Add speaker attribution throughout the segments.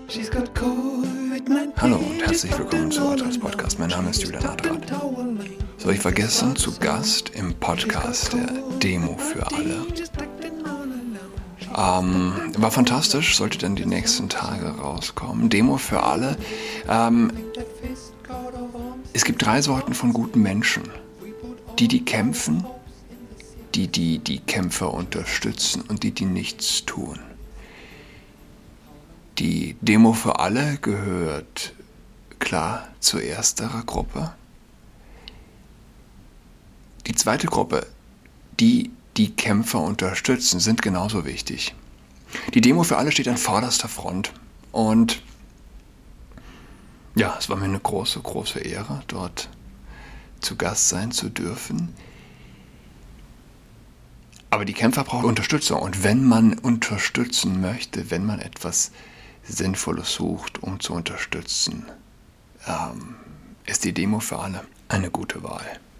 Speaker 1: Hallo und herzlich willkommen zu Adrats Podcast. Mein Name ist Julian Adrat. So, ich war gestern zu Gast im Podcast der Demo für alle. War fantastisch, sollte dann die nächsten Tage rauskommen. Demo für alle. Es gibt 3 Sorten von guten Menschen. Die kämpfen, die Kämpfer unterstützen und die nichts tun. Die Demo für alle gehört klar zur ersteren Gruppe. Die zweite Gruppe, die Kämpfer unterstützen, sind genauso wichtig. Die Demo für alle steht an vorderster Front und ja, es war mir eine große, große Ehre, dort zu Gast sein zu dürfen. Aber die Kämpfer brauchen Unterstützung und wenn man unterstützen möchte, wenn man etwas Sinnvolles sucht, um zu unterstützen, ist die Demo für alle eine gute Wahl.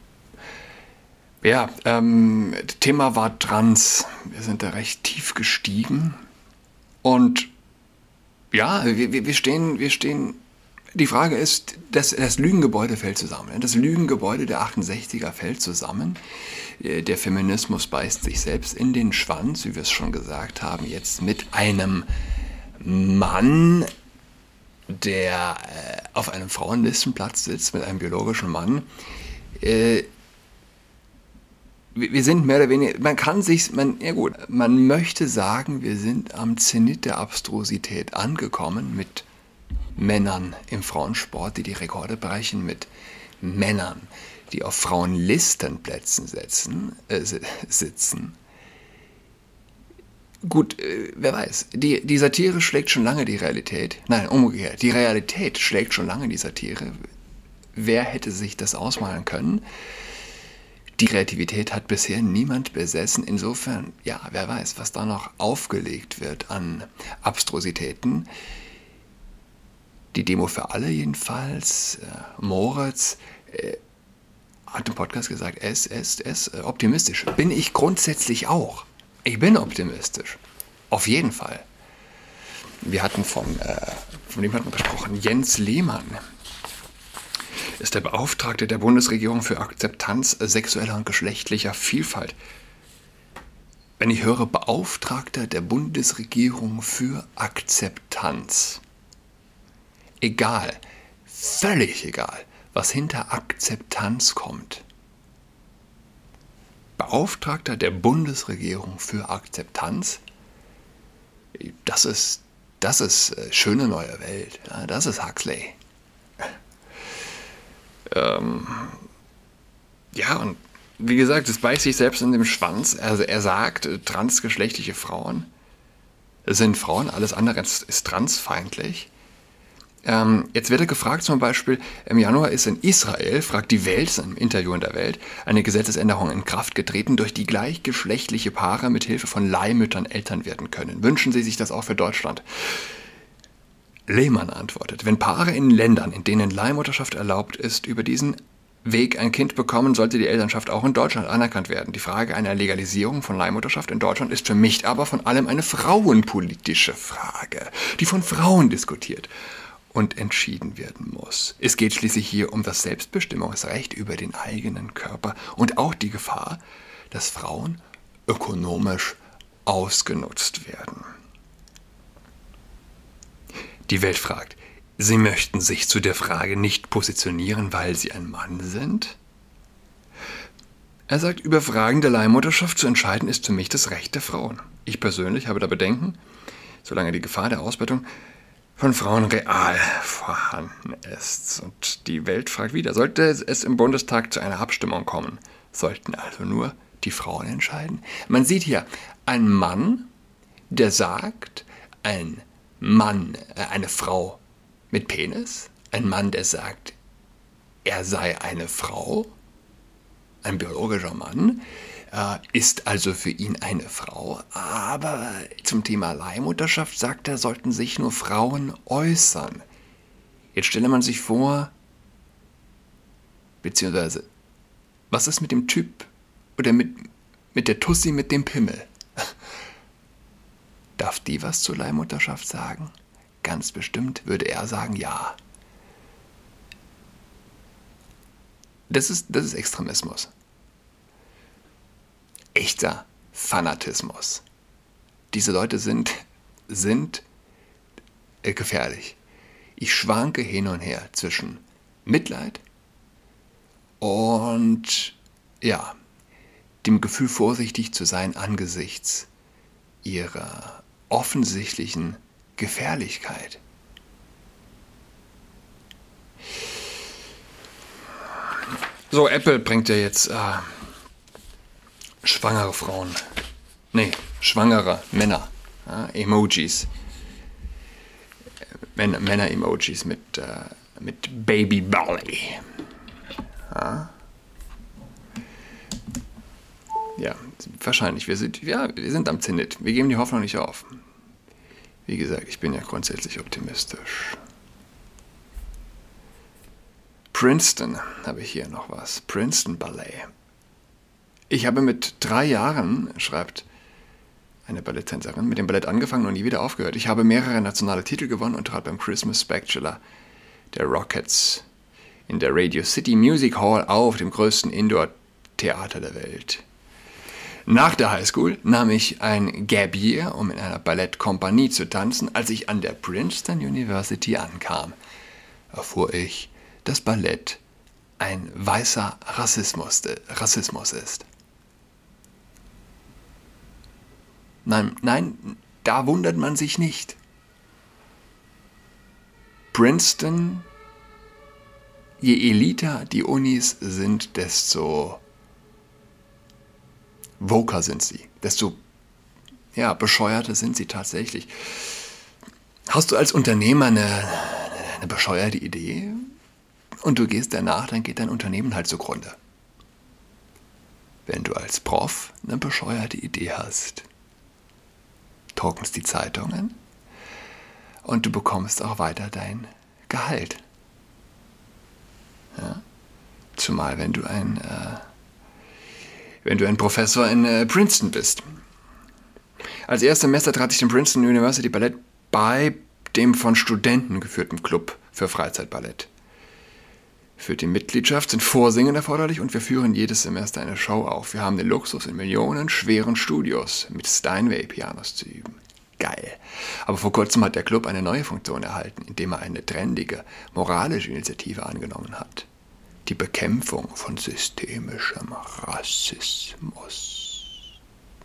Speaker 1: Ja, Thema war Trans. Wir sind da recht tief gestiegen. Und ja, wir stehen. Die Frage ist, das Lügengebäude fällt zusammen. Das Lügengebäude der 68er fällt zusammen. Der Feminismus beißt sich selbst in den Schwanz, wie wir es schon gesagt haben, jetzt mit einem Mann, der auf einem Frauenlistenplatz sitzt, mit einem biologischen Mann. Wir sind mehr oder weniger, man möchte sagen, wir sind am Zenit der Abstrusität angekommen mit Männern im Frauensport, die Rekorde brechen, mit Männern, die auf Frauenlistenplätzen sitzen. Gut, wer weiß, die Satire schlägt schon lange die Realität. Nein, umgekehrt, die Realität schlägt schon lange die Satire. Wer hätte sich das ausmalen können? Die Kreativität hat bisher niemand besessen. Insofern, ja, wer weiß, was da noch aufgelegt wird an Abstrusitäten. Die Demo für alle jedenfalls, Moritz, hat im Podcast gesagt, es ist optimistisch. Bin ich grundsätzlich auch. Ich bin optimistisch. Auf jeden Fall. Wir hatten von dem hatten wir gesprochen, Jens Lehmann ist der Beauftragte der Bundesregierung für Akzeptanz sexueller und geschlechtlicher Vielfalt. Wenn ich höre Beauftragter der Bundesregierung für Akzeptanz, egal, völlig egal, was hinter Akzeptanz kommt. Beauftragter der Bundesregierung für Akzeptanz, das ist schöne neue Welt, das ist Huxley. Ja, und wie gesagt, es beißt sich selbst in dem Schwanz. Also er sagt, transgeschlechtliche Frauen sind Frauen, alles andere ist transfeindlich. Jetzt wird er gefragt, zum Beispiel, im Januar ist in Israel, fragt die Welt, in einem Interview in der Welt, eine Gesetzesänderung in Kraft getreten, durch die gleichgeschlechtliche Paare mit Hilfe von Leihmüttern Eltern werden können. Wünschen Sie sich das auch für Deutschland? Lehmann antwortet, wenn Paare in Ländern, in denen Leihmutterschaft erlaubt ist, über diesen Weg ein Kind bekommen, sollte die Elternschaft auch in Deutschland anerkannt werden. Die Frage einer Legalisierung von Leihmutterschaft in Deutschland ist für mich aber von allem eine frauenpolitische Frage, die von Frauen diskutiert und entschieden werden muss. Es geht schließlich hier um das Selbstbestimmungsrecht über den eigenen Körper und auch die Gefahr, dass Frauen ökonomisch ausgenutzt werden. Die Welt fragt, Sie möchten sich zu der Frage nicht positionieren, weil Sie ein Mann sind? Er sagt, über Fragen der Leihmutterschaft zu entscheiden, ist für mich das Recht der Frauen. Ich persönlich habe da Bedenken, solange die Gefahr der Ausbeutung von Frauen real vorhanden ist. Und die Welt fragt wieder, sollte es im Bundestag zu einer Abstimmung kommen, sollten also nur die Frauen entscheiden? Man sieht hier einen Mann, der sagt, ein Mann, eine Frau mit Penis, ein Mann, der sagt, er sei eine Frau, ein biologischer Mann, ist also für ihn eine Frau, aber zum Thema Leihmutterschaft sagt er, sollten sich nur Frauen äußern. Jetzt stelle man sich vor, beziehungsweise, was ist mit dem Typ oder mit der Tussi mit dem Pimmel? Darf die was zur Leihmutterschaft sagen? ganz bestimmt würde er sagen, ja. Das ist Extremismus. Echter Fanatismus. Diese Leute sind gefährlich. Ich schwanke hin und her zwischen Mitleid und ja, dem Gefühl, vorsichtig zu sein angesichts ihrer offensichtlichen Gefährlichkeit. So, Apple bringt ja jetzt schwangere Frauen, schwangere Männer, Emojis, Männer-Emojis mit Baby Belly. Ja, wahrscheinlich. Wir sind am Zenit. Wir geben die Hoffnung nicht auf. Wie gesagt, ich bin ja grundsätzlich optimistisch. Princeton habe ich hier noch was. Princeton Ballet. Ich habe mit 3 Jahren, schreibt eine Balletttänzerin, mit dem Ballett angefangen und nie wieder aufgehört. Ich habe mehrere nationale Titel gewonnen und trat beim Christmas Spectacular der Rockets in der Radio City Music Hall auf, dem größten Indoor-Theater der Welt. Nach der Highschool nahm ich ein Gap Year, um in einer Ballettkompanie zu tanzen. Als ich an der Princeton University ankam, erfuhr ich, dass Ballett ein weißer Rassismus ist. Nein, da wundert man sich nicht. Princeton, je eliter die Unis sind, desto woker sind sie, desto bescheuerter sind sie tatsächlich. Hast du als Unternehmer eine bescheuerte Idee und du gehst danach, dann geht dein Unternehmen halt zugrunde. Wenn du als Prof eine bescheuerte Idee hast, trocknest die Zeitungen und du bekommst auch weiter dein Gehalt. Ja? Zumal wenn du ein Professor in Princeton bist. Als Erstsemester trat ich dem Princeton University Ballett bei, dem von Studenten geführten Club für Freizeitballett. Für die Mitgliedschaft sind Vorsingen erforderlich und wir führen jedes Semester eine Show auf. Wir haben den Luxus, in millionenschweren Studios mit Steinway-Pianos zu üben. Geil. Aber vor kurzem hat der Club eine neue Funktion erhalten, indem er eine trendige, moralische Initiative angenommen hat. Die Bekämpfung von systemischem Rassismus.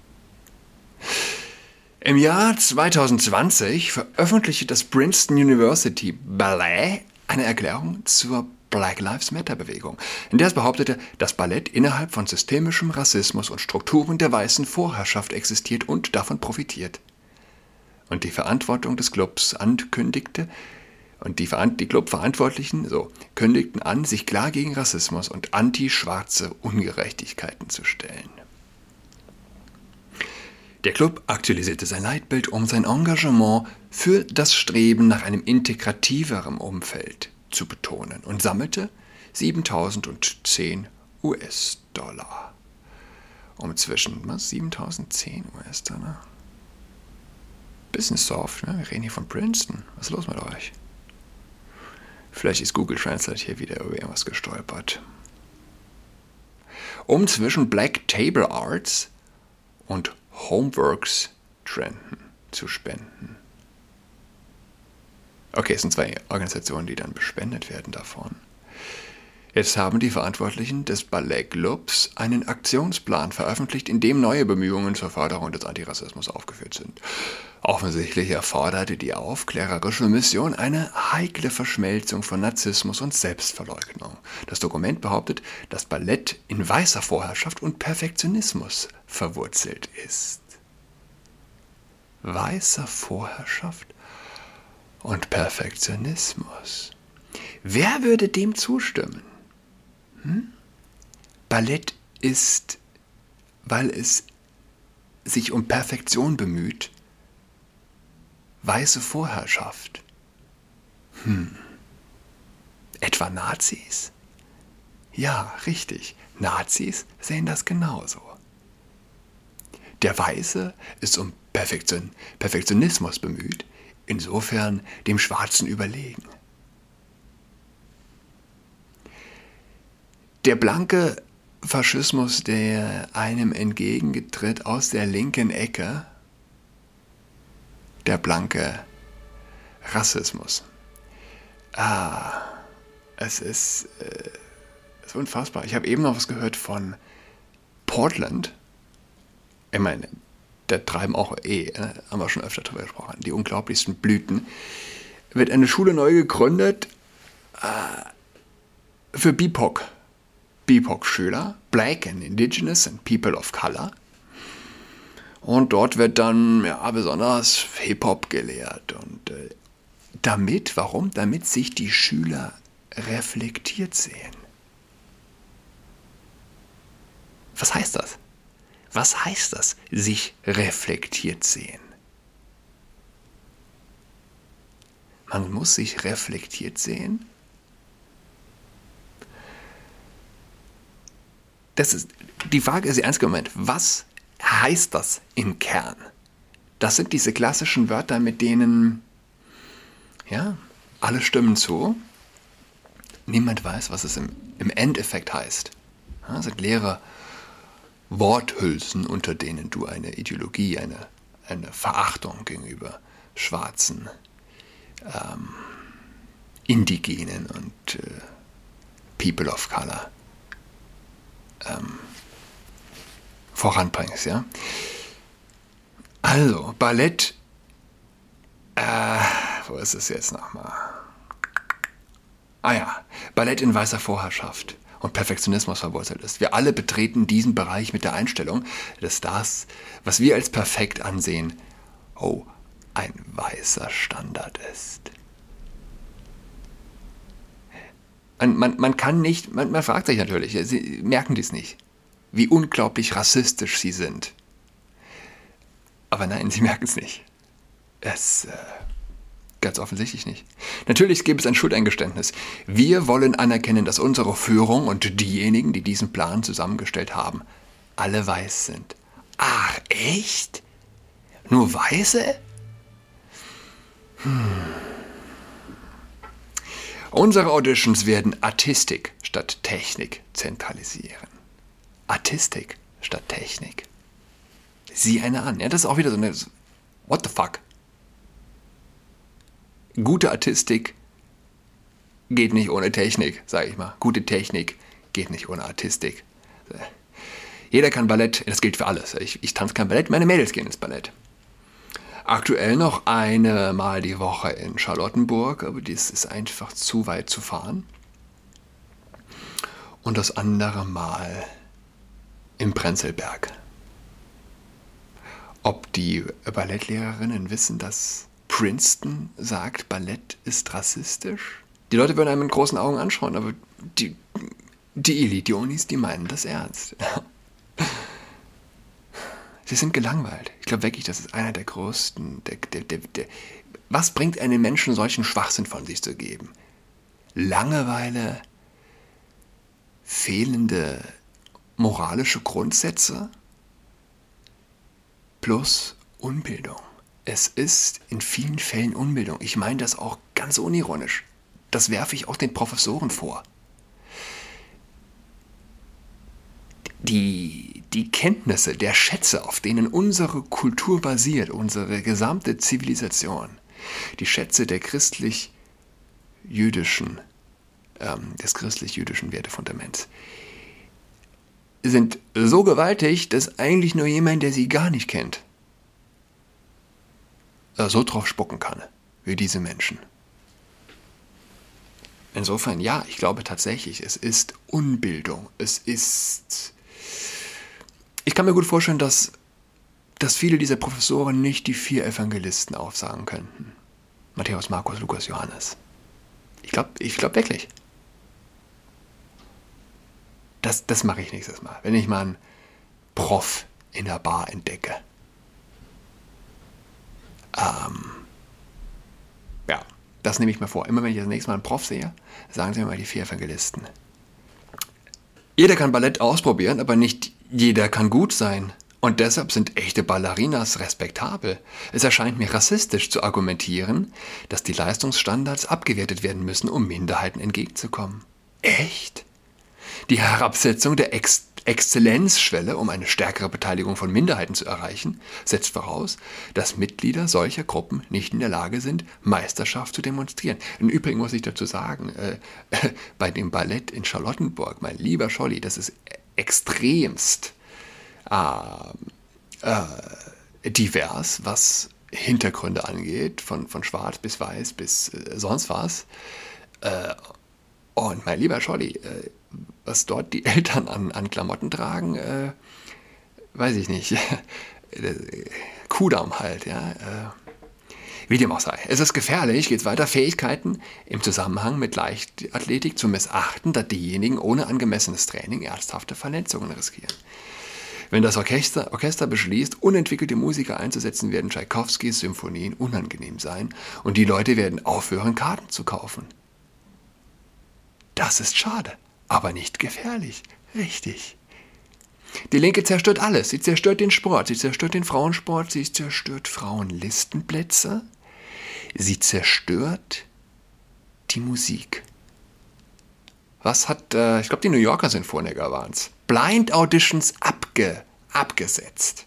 Speaker 1: Im Jahr 2020 veröffentlichte das Princeton University Ballet eine Erklärung zur Black Lives Matter Bewegung, in der es behauptete, dass Ballett innerhalb von systemischem Rassismus und Strukturen der weißen Vorherrschaft existiert und davon profitiert. Und die Verantwortung des Clubs ankündigte, und die Clubverantwortlichen kündigten an, sich klar gegen Rassismus und anti-schwarze Ungerechtigkeiten zu stellen. Der Club aktualisierte sein Leitbild, um sein Engagement für das Streben nach einem integrativeren Umfeld zu betonen und sammelte 7.010 US-Dollar. Zwischen 7.010 US-Dollar? Bisschen soft, ne? Wir reden hier von Princeton. Was ist los mit euch? Vielleicht ist Google Translate hier wieder über irgendwas gestolpert. Zwischen Black Table Arts und Homeworks Trenden zu spenden. Okay, es sind 2 Organisationen, die dann bespendet werden davon. Jetzt haben die Verantwortlichen des Ballettclubs einen Aktionsplan veröffentlicht, in dem neue Bemühungen zur Förderung des Antirassismus aufgeführt sind. Offensichtlich erforderte die aufklärerische Mission eine heikle Verschmelzung von Narzissmus und Selbstverleugnung. Das Dokument behauptet, dass Ballett in weißer Vorherrschaft und Perfektionismus verwurzelt ist. Weißer Vorherrschaft und Perfektionismus. Wer würde dem zustimmen? Ballett ist, weil es sich um Perfektion bemüht, weiße Vorherrschaft. Etwa Nazis? Ja, richtig. Nazis sehen das genauso. Der Weiße ist um Perfektionismus bemüht, insofern dem Schwarzen überlegen. Der blanke Faschismus, der einem entgegentritt aus der linken Ecke, der blanke Rassismus. Es ist unfassbar. Ich habe eben noch was gehört von Portland. Ich meine, da treiben auch haben wir schon öfter drüber gesprochen, die unglaublichsten Blüten. Wird eine Schule neu gegründet für BIPOC-Schüler, Black and Indigenous and People of Color. Und dort wird dann besonders Hip-Hop gelehrt. Und warum? Damit sich die Schüler reflektiert sehen. Was heißt das? Was heißt das, sich reflektiert sehen? Man muss sich reflektiert sehen. Die Frage ist ernst gemeint. Was heißt das im Kern? Das sind diese klassischen Wörter, mit denen alle stimmen zu. Niemand weiß, was es im Endeffekt heißt. Das sind leere Worthülsen, unter denen du eine Ideologie, eine Verachtung gegenüber Schwarzen, Indigenen und People of Color voranbringst, ja. Also, Ballett, wo ist es jetzt nochmal? Ballett in weißer Vorherrschaft und Perfektionismus verwurzelt ist. Wir alle betreten diesen Bereich mit der Einstellung, dass das, was wir als perfekt ansehen, ein weißer Standard ist. Man kann nicht, man fragt sich natürlich, sie merken dies nicht, wie unglaublich rassistisch sie sind. Aber nein, sie merken es nicht. Ganz offensichtlich nicht. Natürlich gibt es ein Schuldeingeständnis. Wir wollen anerkennen, dass unsere Führung und diejenigen, die diesen Plan zusammengestellt haben, alle weiß sind. Ach, echt? Nur Weiße? Unsere Auditions werden Artistik statt Technik zentralisieren. Artistik statt Technik. Sieh eine an. Ja, das ist auch wieder so eine... What the fuck? Gute Artistik geht nicht ohne Technik, sage ich mal. Gute Technik geht nicht ohne Artistik. Jeder kann Ballett, das gilt für alles. Ich tanze kein Ballett, meine Mädels gehen ins Ballett. Aktuell noch einmal die Woche in Charlottenburg, aber das ist einfach zu weit zu fahren. Und das andere Mal im Prenzlberg. Ob die Ballettlehrerinnen wissen, dass Princeton sagt, Ballett ist rassistisch? Die Leute würden einem mit großen Augen anschauen, aber die Elite, die Unis, die meinen das ernst. Sie sind gelangweilt. Ich glaube wirklich, das ist einer der größten... Was bringt einem Menschen solchen Schwachsinn von sich zu geben? Langeweile, fehlende moralische Grundsätze plus Unbildung. Es ist in vielen Fällen Unbildung. Ich meine das auch ganz unironisch. Das werfe ich auch den Professoren vor. Die Kenntnisse der Schätze, auf denen unsere Kultur basiert, unsere gesamte Zivilisation, die Schätze der des christlich-jüdischen Wertefundaments, sind so gewaltig, dass eigentlich nur jemand, der sie gar nicht kennt, so drauf spucken kann, wie diese Menschen. Insofern, ja, ich glaube tatsächlich, es ist Unbildung. Ich kann mir gut vorstellen, dass viele dieser Professoren nicht die 4 Evangelisten aufsagen könnten. Matthäus, Markus, Lukas, Johannes. Ich glaube wirklich. Das mache ich nächstes Mal, wenn ich mal einen Prof in der Bar entdecke. Das nehme ich mir vor. Immer wenn ich das nächste Mal einen Prof sehe, sagen Sie mir mal die 4 Evangelisten. Jeder kann Ballett ausprobieren, aber nicht jeder kann gut sein Und deshalb sind echte Ballerinas respektabel. Es erscheint mir rassistisch zu argumentieren, dass die Leistungsstandards abgewertet werden müssen, um Minderheiten entgegenzukommen. Echt? Die Herabsetzung der Exzellenzschwelle, um eine stärkere Beteiligung von Minderheiten zu erreichen, setzt voraus, dass Mitglieder solcher Gruppen nicht in der Lage sind, Meisterschaft zu demonstrieren. Im Übrigen muss ich dazu sagen, bei dem Ballett in Charlottenburg, mein lieber Scholli, das ist extremst divers, was Hintergründe angeht, von schwarz bis weiß bis sonst was. Und mein lieber Scholli, was dort die Eltern an Klamotten tragen, weiß ich nicht. Kudamm halt, ja. Wie dem auch sei. Es ist gefährlich, geht's weiter, Fähigkeiten im Zusammenhang mit Leichtathletik zu missachten, da diejenigen ohne angemessenes Training ernsthafte Verletzungen riskieren. Wenn das Orchester beschließt, unentwickelte Musiker einzusetzen, werden Tschaikowskis Symphonien unangenehm sein und die Leute werden aufhören, Karten zu kaufen. Das ist schade, aber nicht gefährlich. Richtig. Die Linke zerstört alles. Sie zerstört den Sport, sie zerstört den Frauensport, sie zerstört Frauenlistenplätze, sie zerstört die Musik. Was hat, ich glaube, die New Yorker Sinfoniker waren es, Blind Auditions abgesetzt.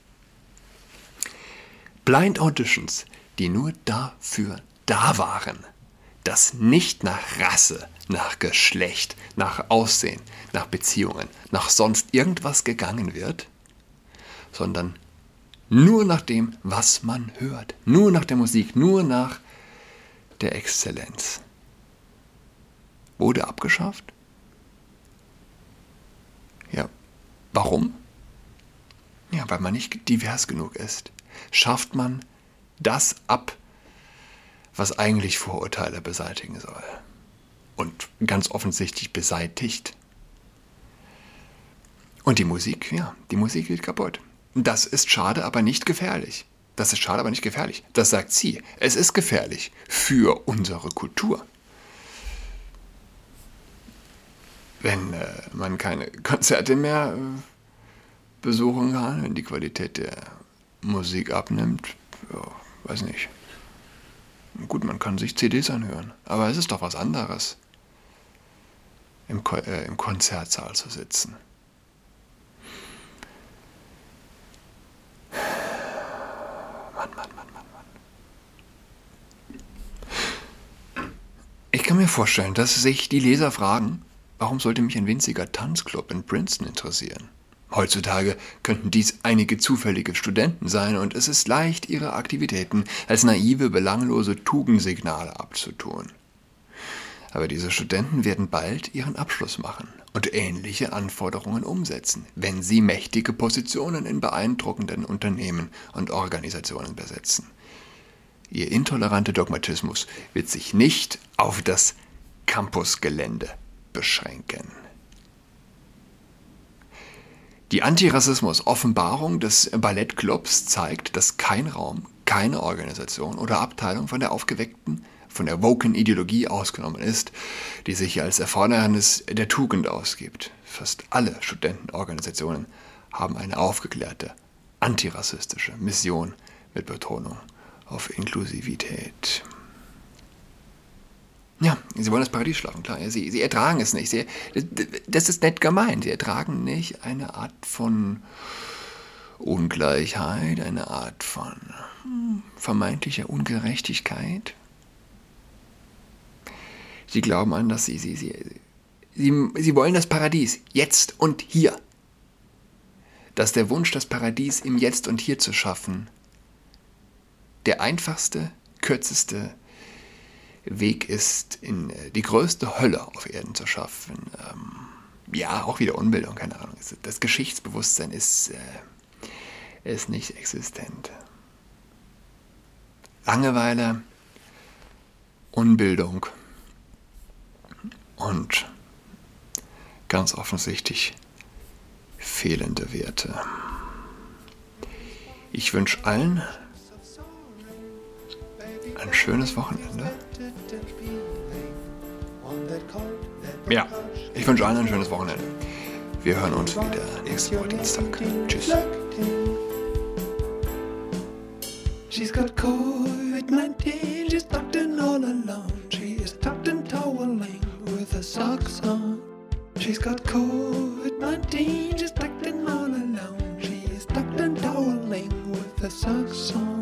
Speaker 1: Blind Auditions, die nur dafür da waren, dass nicht nach Rasse, nach Geschlecht, nach Aussehen, nach Beziehungen, nach sonst irgendwas gegangen wird, sondern nur nach dem, was man hört, nur nach der Musik, nur nach der Exzellenz. Wurde abgeschafft? Ja. Warum? Ja, weil man nicht divers genug ist. Schafft man das ab, was eigentlich Vorurteile beseitigen soll. Und ganz offensichtlich beseitigt. Und die Musik, ja, die Musik geht kaputt. Das ist schade, aber nicht gefährlich. Das ist schade, aber nicht gefährlich. Das sagt sie. Es ist gefährlich für unsere Kultur. Wenn man keine Konzerte mehr besuchen kann, wenn die Qualität der Musik abnimmt, ja, weiß nicht. Gut, man kann sich CDs anhören, aber es ist doch was anderes, im Konzertsaal zu sitzen. Mann. Ich kann mir vorstellen, dass sich die Leser fragen, warum sollte mich ein winziger Tanzclub in Princeton interessieren? Heutzutage könnten dies einige zufällige Studenten sein und es ist leicht, ihre Aktivitäten als naive, belanglose Tugendsignale abzutun. Aber diese Studenten werden bald ihren Abschluss machen und ähnliche Anforderungen umsetzen, wenn sie mächtige Positionen in beeindruckenden Unternehmen und Organisationen besetzen. Ihr intoleranter Dogmatismus wird sich nicht auf das Campusgelände beschränken. Die Antirassismus-Offenbarung des Ballettclubs zeigt, dass kein Raum, keine Organisation oder Abteilung von der woken Ideologie ausgenommen ist, die sich als Erfordernis der Tugend ausgibt. Fast alle Studentenorganisationen haben eine aufgeklärte, antirassistische Mission mit Betonung auf Inklusivität. Ja, sie wollen das Paradies schlafen, klar. Sie ertragen es nicht. Das ist nett gemeint. Sie ertragen nicht eine Art von Ungleichheit, eine Art von vermeintlicher Ungerechtigkeit. Sie glauben an, dass sie wollen das Paradies, jetzt und hier. Dass der Wunsch, das Paradies im Jetzt und Hier zu schaffen, der einfachste, kürzeste Weg ist, in die größte Hölle auf Erden zu schaffen. Ja, auch wieder Unbildung, keine Ahnung. Das Geschichtsbewusstsein ist nicht existent. Langeweile, Unbildung und ganz offensichtlich fehlende Werte. Ich wünsche allen ein schönes Wochenende. Ja, ich wünsche allen ein schönes Wochenende. Wir hören uns wieder nächste Woche Dienstag. Tschüss. She's got COVID-19, she's tucked in all alone. She is tucked in toweling with her socks on. She's got COVID-19, she's tucked in all alone. She is tucked in toweling with her socks on.